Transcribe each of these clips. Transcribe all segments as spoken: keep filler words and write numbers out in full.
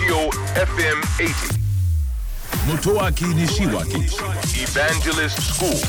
Tokyo エフエムはちじゅう Motoaki Nishiwaki Evangelist School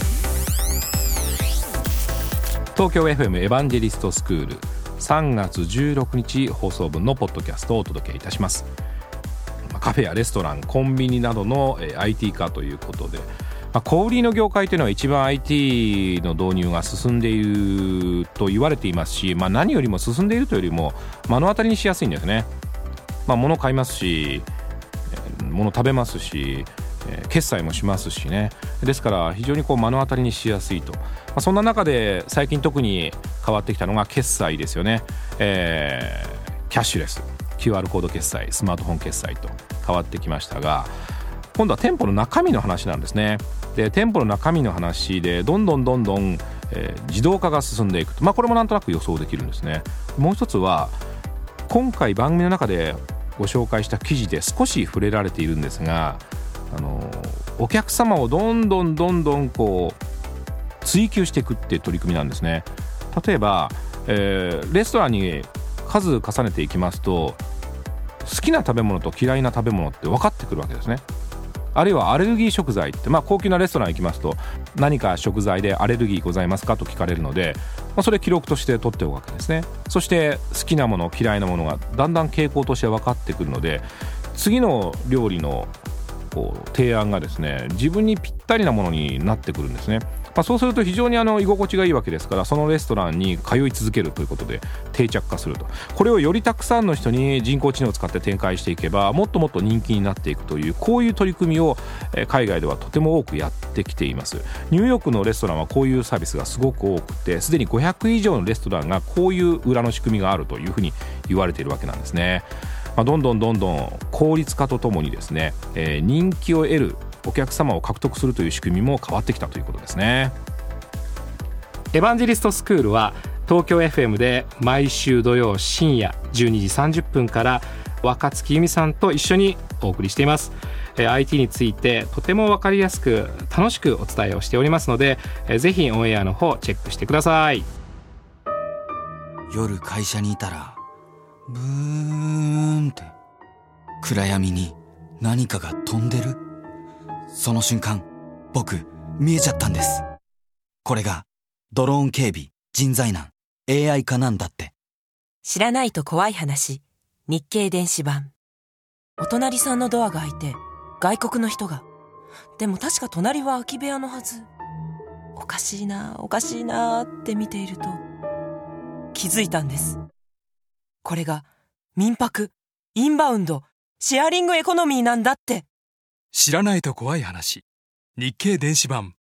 東京 エフエム エヴァンジェリストスクールさんがつじゅうろくにち放送分のポッドキャストをお届けいたします。カフェやレストラン、コンビニなどの アイティー 化ということで、まあ、小売りの業界というのは一番 アイティー の導入が進んでいると言われていますし、まあ、何よりも進んでいるというよりも目の当たりにしやすいんですね。まあ、物買いますし、物食べますし、決済もしますしね。ですから非常にこう目の当たりにしやすいと、まあ、そんな中で最近特に変わってきたのが決済ですよね。えー、キャッシュレス、 キューアール コード決済、スマートフォン決済と変わってきましたが、今度は店舗の中身の話なんですね。で、店舗の中身の話でどんどんどんどん、えー、自動化が進んでいくと、まあ、これもなんとなく予想できるんですね。もう一つは今回番組の中でご紹介した記事で少し触れられているんですが、あのお客様をどんどんどんどんこう追求していくっていう取り組みなんですね。例えば、えー、レストランに数重ねていきますと、好きな食べ物と嫌いな食べ物って分かってくるわけですね。あるいはアレルギー食材って、まあ、高級なレストラン行きますと何か食材でアレルギーございますかと聞かれるので、まあ、それ記録として取っておくわけですね。そして好きなもの嫌いなものがだんだん傾向として分かってくるので、次の料理のこう提案がですね、自分にぴったりなものになってくるんですね。まあ、そうすると非常にあの居心地がいいわけですから、そのレストランに通い続けるということで定着化すると。これをよりたくさんの人に人工知能を使って展開していけば、もっともっと人気になっていくという、こういう取り組みを海外ではとても多くやってきています。ニューヨークのレストランはこういうサービスがすごく多くて、すでにごひゃく以上のレストランがこういう裏の仕組みがあるというふうに言われているわけなんですね。まあ、どんどんどんどん効率化とともにですね、えー、人気を得るお客様を獲得するという仕組みも変わってきたということですね。 エヴァンジェリストスクールは東京 エフエム で毎週土曜深夜じゅうにじさんじゅっぷんから若月由美さんと一緒にお送りしています。 アイティー についてとても分かりやすく楽しくお伝えをしておりますので、ぜひオンエアの方チェックしてください。 夜会社にいたらブーンって暗闇に何かが飛んでる。その瞬間僕見えちゃったんです。これがドローン警備、人材難、エーアイ 化なんだって。 知らないと怖い話、日経電子版。お隣さんのドアが開いて外国の人が、でも確か隣は空き部屋のはず。おかしいなおかしいなって見ていると気づいたんです。これが民泊、インバウンド、シェアリングエコノミーなんだって。 知らないと怖い話、日経電子版。